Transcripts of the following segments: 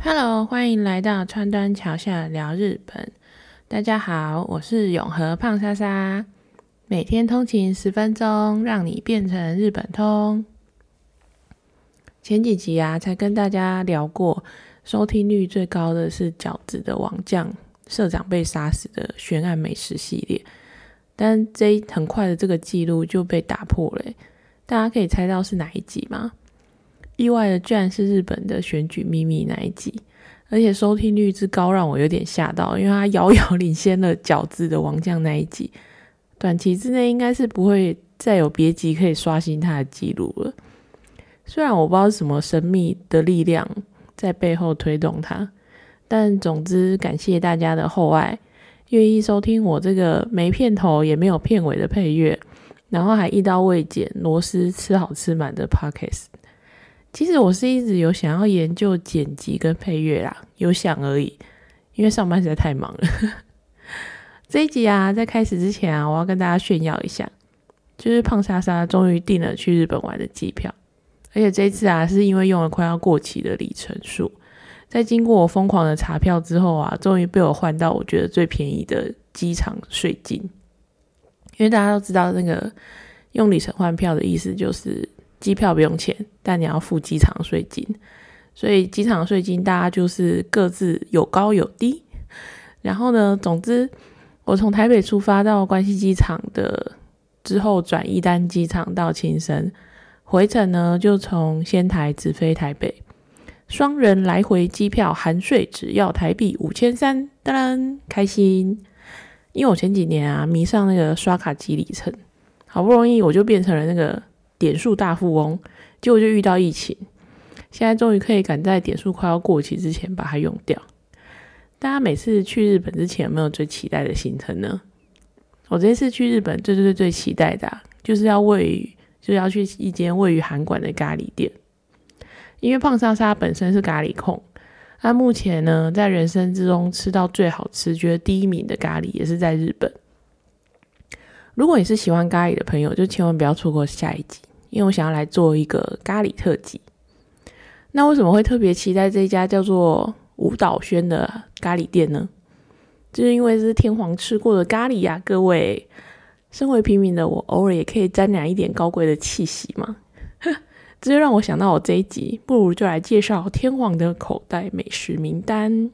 Hello，欢迎来到川端桥下聊日本。大家好，我是永和胖莎莎，每天通勤10分钟，让你变成日本通。前几集才跟大家聊过，收听率最高的是饺子的王将社长被杀死的悬案美食系列，但很快的这个记录就被打破了。大家可以猜到是哪一集吗？意外的居然是日本的选举秘密那一集，而且收听率之高让我有点吓到，因为它遥遥领先了饺子的王将那一集，短期之内应该是不会再有别集可以刷新它的记录了。虽然我不知道是什么神秘的力量在背后推动它，但总之感谢大家的厚爱，愿意收听我这个没片头也没有片尾的配乐，然后还一刀未剪，螺丝吃好吃满的 podcast。其实我是一直有想要研究剪辑跟配乐啦，有想而已，因为上班实在太忙了。这一集在开始之前我要跟大家炫耀一下，就是胖莎莎终于订了去日本玩的机票，而且这一次是因为用了快要过期的里程数，在经过我疯狂的查票之后终于被我换到我觉得最便宜的机场税金。因为大家都知道那个用里程换票的意思就是机票不用钱，但你要付机场税金，所以机场税金大家就是各自有高有低。然后呢，总之我从台北出发到关西机场的之后转伊丹机场到青森，回程呢就从仙台直飞台北，双人来回机票含税只要台币5300，当然开心。因为我前几年迷上那个刷卡机里程，好不容易我就变成了那个点数大富翁，结果就遇到疫情，现在终于可以赶在点数快要过期之前把它用掉。大家每次去日本之前有没有最期待的行程呢？我这次去日本最期待的就是要去一间位于函馆的咖喱店，因为胖莎莎本身是咖喱控，那目前呢在人生之中吃到最好吃觉得第一名的咖喱也是在日本。如果你是喜欢咖喱的朋友，就千万不要错过下一集，因为我想要来做一个咖喱特辑。那为什么会特别期待这一家叫做舞蹈轩的咖喱店呢？就是因为是天皇吃过的咖喱各位。身为平民的我，偶尔也可以沾染一点高贵的气息嘛。这就让我想到我这一集不如就来介绍天皇的口袋美食名单。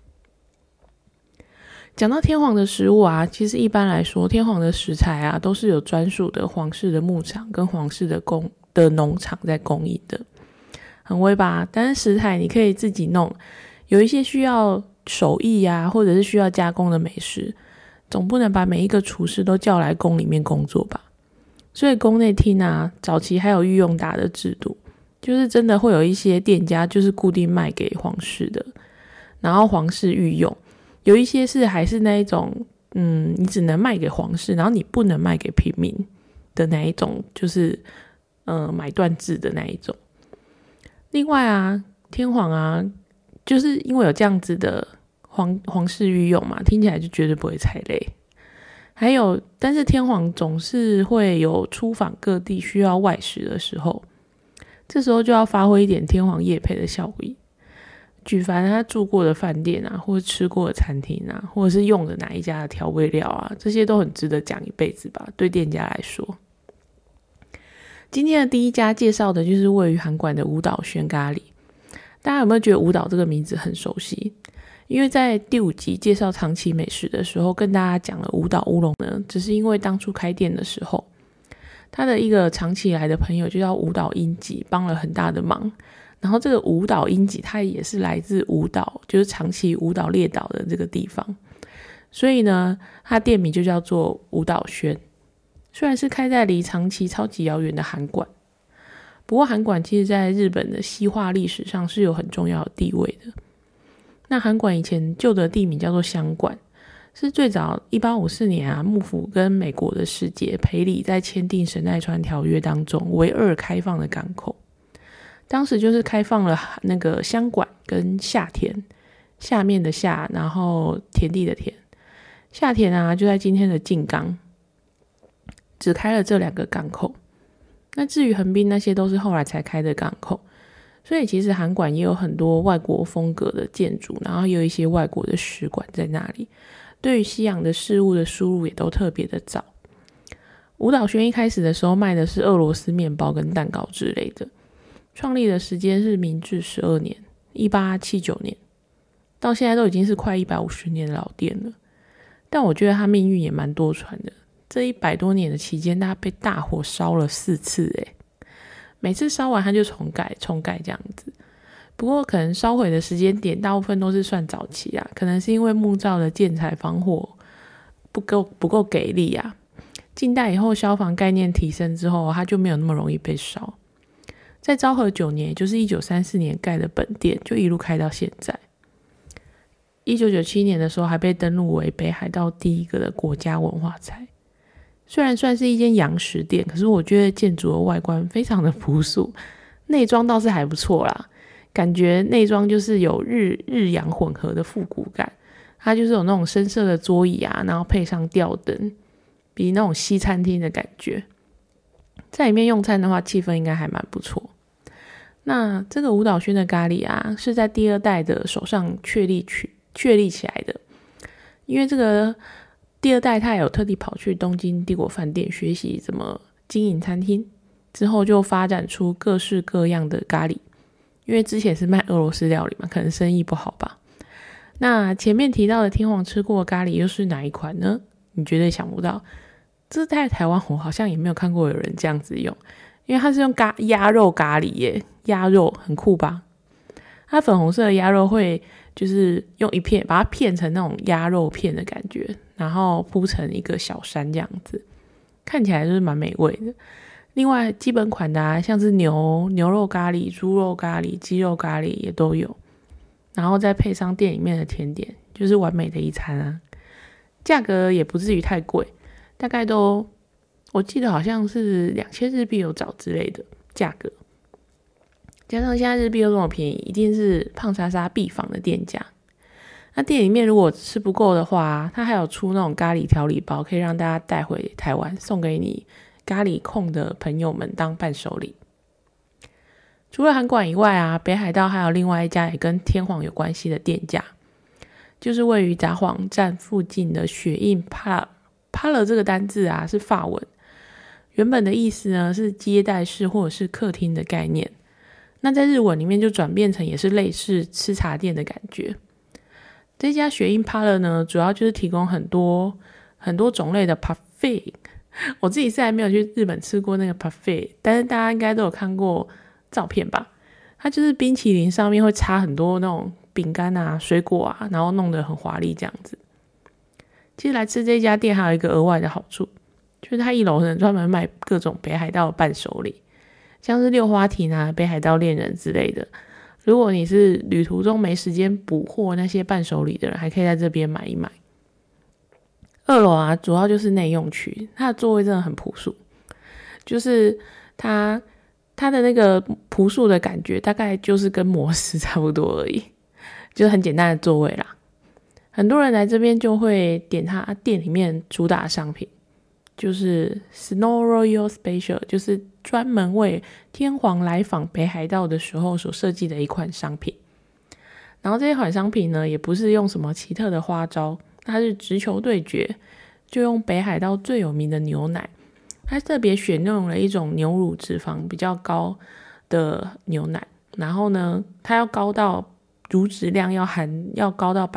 讲到天皇的食物其实一般来说天皇的食材都是有专属的皇室的牧场跟皇室的农场在供应的，很威吧？但是食材你可以自己弄，有一些需要手艺或者是需要加工的美食，总不能把每一个厨师都叫来宫里面工作吧。所以宫内厅早期还有御用达的制度，就是真的会有一些店家就是固定卖给皇室的，然后皇室御用，有一些是还是那一种你只能卖给皇室，然后你不能卖给平民的那一种，就是买断制的那一种。另外天皇就是因为有这样子的皇室御用嘛，听起来就绝对不会踩雷。还有，但是天皇总是会有出访各地需要外食的时候，这时候就要发挥一点天皇业配的效果。举凡他住过的饭店或者吃过的餐厅或者是用的哪一家的调味料这些都很值得讲一辈子吧，对店家来说。今天的第一家介绍的就是位于函馆的舞蹈轩咖喱。大家有没有觉得舞蹈这个名字很熟悉？因为在第5集介绍长崎美食的时候跟大家讲了舞蹈乌龙呢，只是因为当初开店的时候他的一个长崎来的朋友就叫舞蹈英吉，帮了很大的忙。然后这个舞蹈英吉他也是来自舞蹈，就是长崎舞蹈列岛的这个地方，所以呢他店名就叫做舞蹈轩。虽然是开在离长崎超级遥远的函馆，不过函馆其实在日本的西化历史上是有很重要的地位的。那函馆以前旧的地名叫做箱馆，是最早1854年幕府跟美国的使节裴礼在签订神奈川条约当中唯二开放的港口。当时就是开放了那个箱馆跟下田，下面的下，然后田地的田。下田就在今天的静冈，只开了这2个港口。那至于横滨那些都是后来才开的港口， 所以其实函馆也有很多外国风格的建筑，然后也有一些外国的使馆在那里，对于西洋的事物的输入也都特别的早。舞蹈轩一开始的时候卖的是俄罗斯面包跟蛋糕之类的，创立的时间是明治12年1879年，到现在都已经是快150年的老店了。但我觉得它命运也蛮多舛的，这100多年的期间，它被大火烧了4次每次烧完它就重盖这样子。不过可能烧毁的时间点大部分都是算早期啊，可能是因为木造的建材防火不够给力啊。近代以后消防概念提升之后，它就没有那么容易被烧。在昭和9年，也就是1934年盖的本店，就一路开到现在。1997年的时候还被登录为北海道第一个的国家文化财。虽然算是一间洋食店，可是我觉得建筑的外观非常的朴素，内装倒是还不错啦，感觉内装就是有日洋混合的复古感。它就是有那种深色的桌椅啊，然后配上吊灯，比那种西餐厅的感觉。在里面用餐的话，气氛应该还蛮不错。那这个舞蹈轩的咖喱啊，是在第2代的手上确立起来的。因为这个第2代他也有特地跑去东京帝国饭店学习怎么经营餐厅，之后就发展出各式各样的咖喱。因为之前是卖俄罗斯料理嘛，可能生意不好吧。那前面提到的天皇吃过的咖喱又是哪一款呢？你绝对想不到，这在台湾我好像也没有看过有人这样子用，因为它是用鸭肉咖喱耶，鸭肉很酷吧？它粉红色的鸭肉会就是用一片把它片成那种鸭肉片的感觉，然后铺成一个小山这样子，看起来就是蛮美味的。另外基本款的像是牛肉咖喱、猪肉咖喱、鸡肉咖喱也都有，然后再配上店里面的甜点，就是完美的一餐啊。价格也不至于太贵，大概都我记得好像是2000日币有找之类的价格，加上现在日币又这么便宜，一定是胖莎莎必访的店家。那店里面如果吃不够的话，它还有出那种咖喱调理包，可以让大家带回台湾送给你咖喱控的朋友们当伴手礼。除了函馆以外啊，北海道还有另外一家也跟天皇有关系的店家，就是位于札幌站附近的雪印Parlor。这个单字啊是法文，原本的意思呢是接待室或者是客厅的概念，那在日文里面就转变成也是类似吃茶店的感觉。这家雪印 Parlor 呢，主要就是提供很多种类的 parfait。我自己是还没有去日本吃过那个 parfait， 但是大家应该都有看过照片吧。它就是冰淇淋上面会插很多那种饼干啊、水果啊，然后弄得很华丽这样子。其实来吃这家店还有一个额外的好处，就是它1楼可能专门卖各种北海道的伴手礼，像是六花亭啊、北海道恋人之类的。如果你是旅途中没时间补货那些伴手礼的人，还可以在这边买一买。2楼啊，主要就是内用区，它的座位真的很朴素，就是它的那个朴素的感觉，大概就是跟摩斯差不多而已，就是很简单的座位啦。很多人来这边就会点它店里面主打的商品，就是 Snow Royal Special， 就是专门为天皇来访北海道的时候所设计的一款商品。然后这款商品呢，也不是用什么奇特的花招，它是直球对决，就用北海道最有名的牛奶，它特别选用了一种牛乳脂肪比较高的牛奶，然后呢，它要高到乳脂量要高到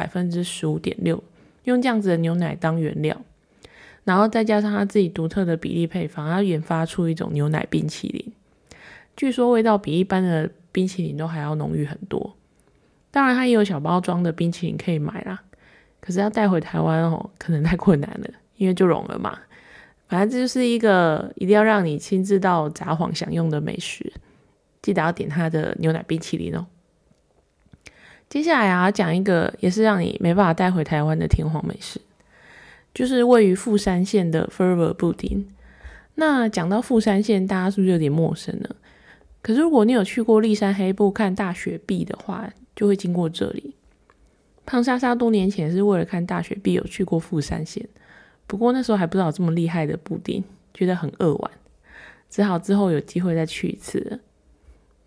15.6%， 用这样子的牛奶当原料，然后再加上它自己独特的比例配方，它研发出一种牛奶冰淇淋，据说味道比一般的冰淇淋都还要浓郁很多。当然它也有小包装的冰淇淋可以买啦，可是要带回台湾可能太困难了，因为就融了嘛。反正这就是一个一定要让你亲自到札幌享用的美食，记得要点它的牛奶冰淇淋哦。接下来要讲一个也是让你没办法带回台湾的天皇美食，就是位于富山县的 Fervor 布丁。那讲到富山县，大家是不是有点陌生呢？可是如果你有去过立山黑部看大雪碧的话，就会经过这里。胖莎莎多年前是为了看大雪碧有去过富山县，不过那时候还不知道这么厉害的布丁，觉得很扼腕，只好之后有机会再去一次了。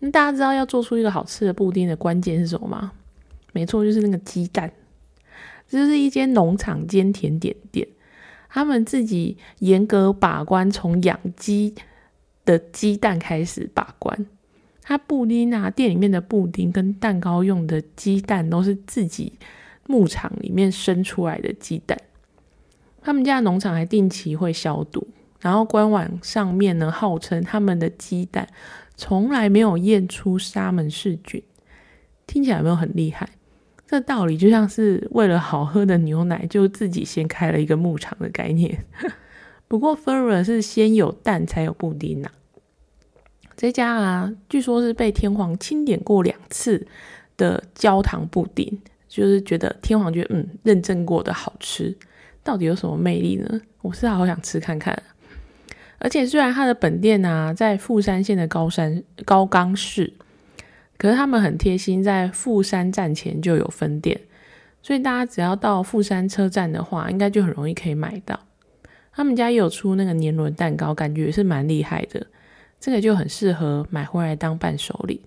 那大家知道要做出一个好吃的布丁的关键是什么吗？没错，就是那个鸡蛋。这就是一间农场兼甜点店，他们自己严格把关，从养鸡的鸡蛋开始把关。它布丁啊，店里面的布丁跟蛋糕用的鸡蛋都是自己牧场里面生出来的鸡蛋。他们家的农场还定期会消毒，然后官网上面呢号称他们的鸡蛋从来没有验出沙门氏菌。听起来有没有很厉害？这道理就像是为了好喝的牛奶就自己先开了一个牧场的概念。不过 Ferrero 是先有蛋才有布丁啊。这家啊，据说是被天皇钦点过2次的焦糖布丁，就是觉得天皇觉得认证过的好吃。到底有什么魅力呢？我是好想吃看看。而且虽然它的本店啊在富山县的高冈市，可是他们很贴心，在富山站前就有分店，所以大家只要到富山车站的话，应该就很容易可以买到。他们家也有出那个年轮蛋糕，感觉也是蛮厉害的，这个就很适合买回来当伴手礼。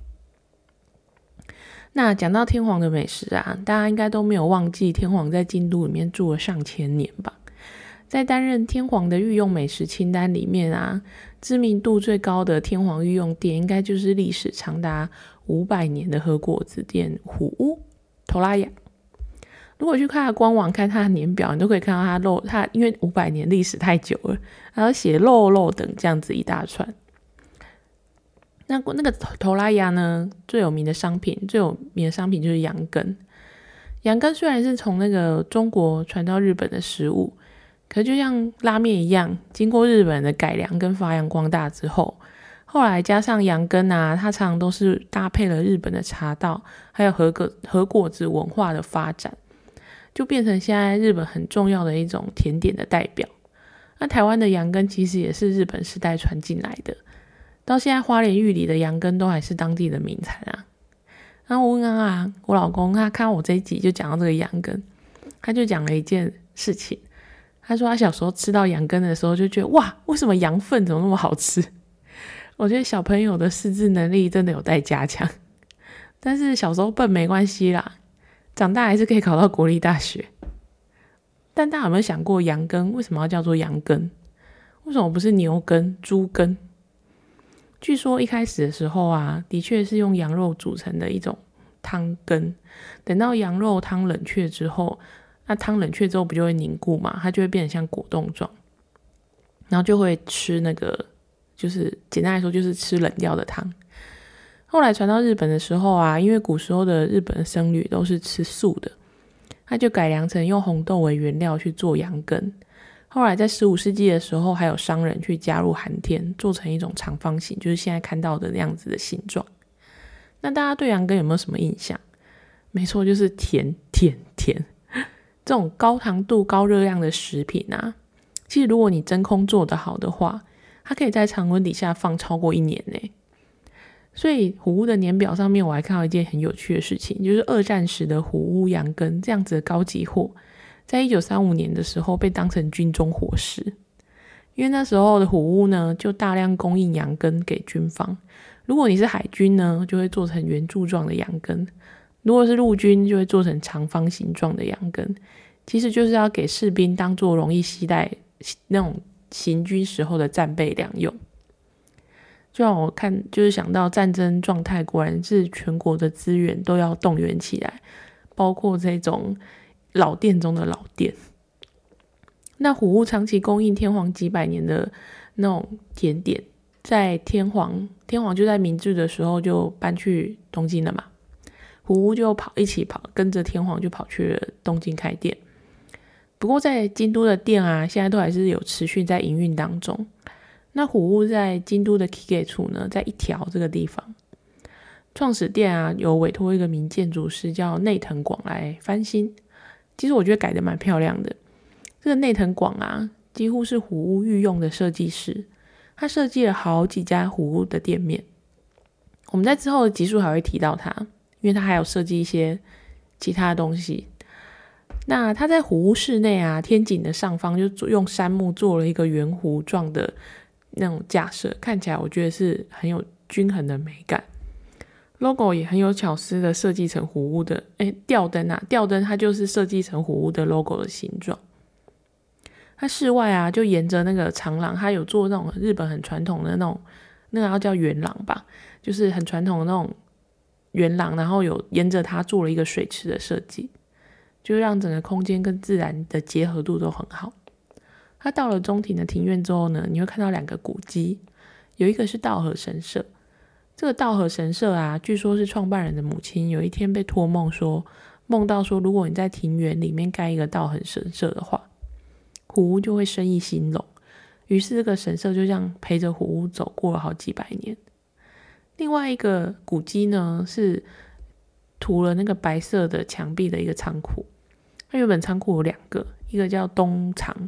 那讲到天皇的美食啊，大家应该都没有忘记天皇在京都里面住了上千年吧。在担任天皇的御用美食清单里面啊，知名度最高的天皇御用店应该就是历史长达500年的和果子店虎屋头拉雅。如果去看他官网看他的年表，你都可以看到他因为500年历史太久了，然后写肉肉等这样子一大串。那个头拉雅呢，最有名的商品就是羊羹。羊羹虽然是从那个中国传到日本的食物，可是就像拉面一样，经过日本的改良跟发扬光大之后，后来加上羊羹啊，它常常都是搭配了日本的茶道还有和果子文化的发展，就变成现在日本很重要的一种甜点的代表。那台湾的羊羹其实也是日本时代传进来的，到现在花莲玉里的羊羹都还是当地的名产啊。然后我老公他看我这一集就讲到这个羊羹，他就讲了一件事情。他说他小时候吃到羊羹的时候就觉得，哇，为什么羊粪怎么那么好吃？我觉得小朋友的识字能力真的有待加强，但是小时候笨没关系啦，长大还是可以考到国立大学。但大家有没有想过，羊羹为什么要叫做羊羹？为什么不是牛羹、猪羹？据说一开始的时候啊，的确是用羊肉组成的一种汤羹，等到羊肉汤冷却之后，那汤冷却之后不就会凝固嘛，它就会变成像果冻状，然后就会吃那个，就是简单来说就是吃冷掉的汤。后来传到日本的时候啊，因为古时候的日本僧侣都是吃素的，他就改良成用红豆为原料去做羊羹。后来在15世纪的时候，还有商人去加入寒天，做成一种长方形，就是现在看到的那样子的形状。那大家对羊羹有没有什么印象？没错，就是甜甜甜。这种高糖度高热量的食品啊，其实如果你真空做得好的话，它可以在常温底下放超过1年耶。所以虎屋的年表上面我还看到一件很有趣的事情，就是2战时的虎屋羊羹这样子的高级货，在1935年的时候被当成军中伙食。因为那时候的虎屋呢就大量供应羊羹给军方，如果你是海军呢就会做成圆柱状的羊羹，如果是陆军就会做成长方形状的羊羹，其实就是要给士兵当作容易携带那种行军时候的战备粮用。就让我看就是想到战争状态果然是全国的资源都要动员起来，包括这种老店中的老店。那虎屋长期供应天皇几百年的那种甜点，在天皇就在明治的时候就搬去东京了嘛，虎屋就一起跟着天皇就跑去了东京开店。不过在京都的店啊，现在都还是有持续在营运当中。那虎屋在京都的 Kige 处呢，在一条这个地方。创始店啊，有委托一个名建筑师叫内藤广来翻新。其实我觉得改得蛮漂亮的。这个内藤广啊，几乎是虎屋御用的设计师，他设计了好几家虎屋的店面。我们在之后的集数还会提到他，因为他还有设计一些其他的东西。那他在虎屋室内啊，天井的上方就用杉木做了一个圆弧状的那种架设，看起来我觉得是很有均衡的美感。 logo 也很有巧思的设计成虎屋的吊灯啊，吊灯它就是设计成虎屋的 logo 的形状。它室外啊就沿着那个长廊，它有做那种日本很传统的那个要叫圆廊吧，就是很传统的那种圆廊，然后有沿着它做了一个水池的设计，就让整个空间跟自然的结合度都很好。它到了中庭的庭院之后呢，你会看到2个古迹，有一个是道和神社。这个道和神社啊，据说是创办人的母亲有一天被托梦到说，如果你在庭园里面盖一个道和神社的话，虎屋就会生意兴隆。于是这个神社就这样陪着虎屋走过了好几百年。另外一个古迹呢，是涂了那个白色的墙壁的一个仓库。它原本仓库有2个，一个叫东厂，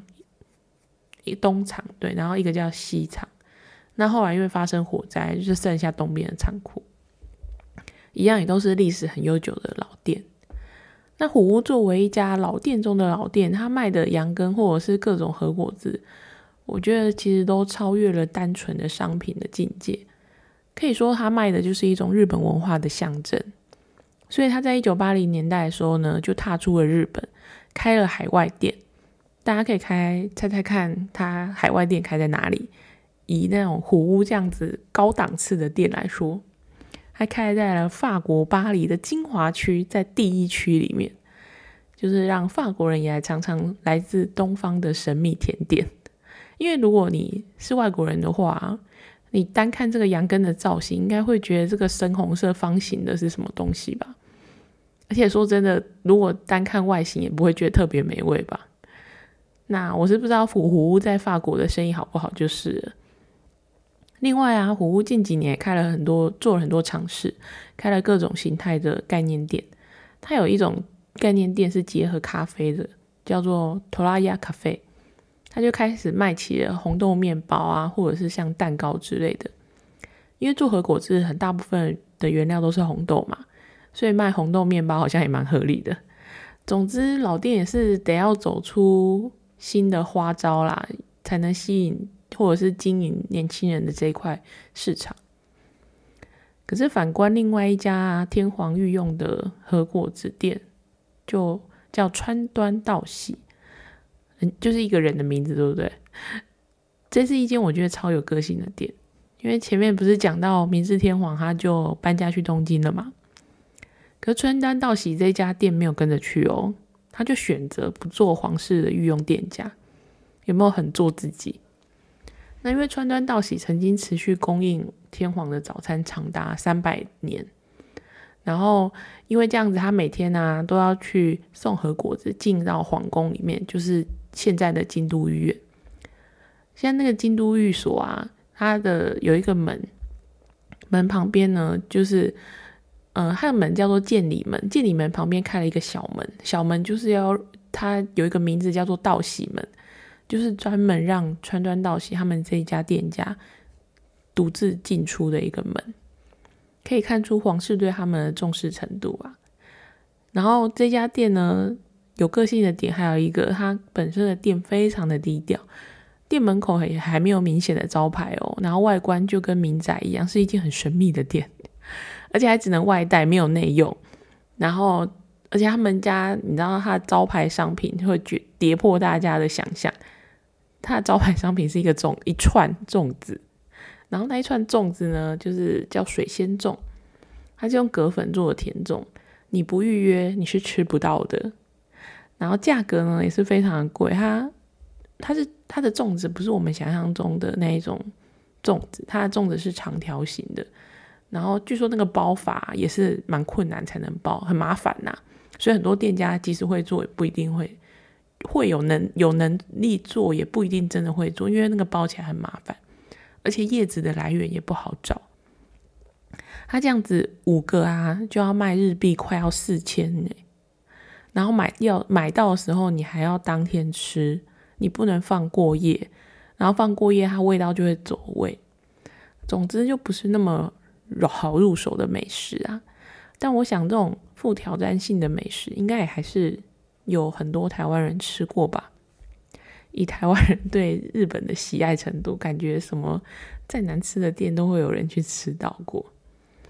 对，然后一个叫西厂。那后来因为发生火灾，就剩下东边的仓库，一样也都是历史很悠久的老店。那虎屋作为一家老店中的老店，它卖的羊羹或者是各种和果子，我觉得其实都超越了单纯的商品的境界。可以说它卖的就是一种日本文化的象征。所以他在1980年代的时候呢，就踏出了日本，开了海外店。大家可以猜猜看他海外店开在哪里。以那种虎屋这样子高档次的店来说，还开在了法国巴黎的精华区，在第1区里面，就是让法国人也常常来自东方的神秘甜点。因为如果你是外国人的话，你单看这个羊羹的造型，应该会觉得这个深红色方形的是什么东西吧。而且说真的，如果单看外形也不会觉得特别美味吧。那我是不知道虎屋在法国的生意好不好就是了。另外啊，虎屋近几年也做了很多尝试，开了各种形态的概念店。它有一种概念店是结合咖啡的，叫做 Toraya Cafe。它就开始卖起了红豆面包啊，或者是像蛋糕之类的。因为做和果子很大部分的原料都是红豆嘛，所以卖红豆面包好像也蛮合理的。总之，老店也是得要走出新的花招啦，才能吸引或者是经营年轻人的这一块市场。可是反观另外一家天皇御用的和果子店，就叫川端道喜，就是一个人的名字，对不对？这是一间我觉得超有个性的店，因为前面不是讲到明治天皇他就搬家去东京了嘛，可是川端道喜这家店没有跟着去哦，他就选择不做皇室的御用店家。有没有很做自己？那因为川端道喜曾经持续供应天皇的早餐长达300年，然后因为这样子，他每天啊都要去送和果子进到皇宫里面，就是现在的京都御苑。现在那个京都御所啊，它的有一个门旁边呢，就是它的门叫做建礼门，建礼门旁边开了一个小门，小门就是它有一个名字叫做道喜门，就是专门让川端道喜他们这一家店家独自进出的一个门，可以看出皇室对他们的重视程度啊。然后这家店呢，有个性的点还有一个，它本身的店非常的低调，店门口也还没有明显的招牌哦，然后外观就跟民宅一样，是一间很神秘的店，而且还只能外带，没有内用。然后而且他们家你知道它的招牌商品会跌破大家的想象，它的招牌商品是一串粽子，然后那一串粽子呢就是叫水仙粽，它是用葛粉做的甜粽，你不预约你是吃不到的。然后价格呢也是非常的贵，它的粽子不是我们想象中的那一种粽子，它的粽子是长条形的，然后据说那个包法也是蛮困难才能包，很麻烦呐，所以很多店家即使会做也不一定会有能力做，也不一定真的会做，因为那个包起来很麻烦，而且叶子的来源也不好找。它这样子5个啊就要卖日币快要4000耶，然后买到的时候你还要当天吃，你不能放过夜，然后放过夜它味道就会走味。总之就不是那么好入手的美食啊。但我想这种富挑战性的美食应该也还是有很多台湾人吃过吧。以台湾人对日本的喜爱程度，感觉什么再难吃的店都会有人去吃到过。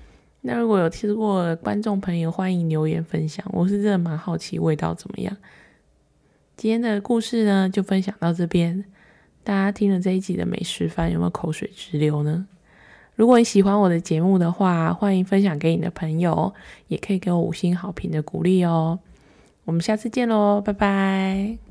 那如果有吃过的观众朋友，欢迎留言分享，我是真的蛮好奇味道怎么样。今天的故事呢，就分享到这边。大家听了这一集的美食番，有没有口水直流呢？如果你喜欢我的节目的话，欢迎分享给你的朋友，也可以给我5星好评的鼓励哦。我们下次见咯，拜拜。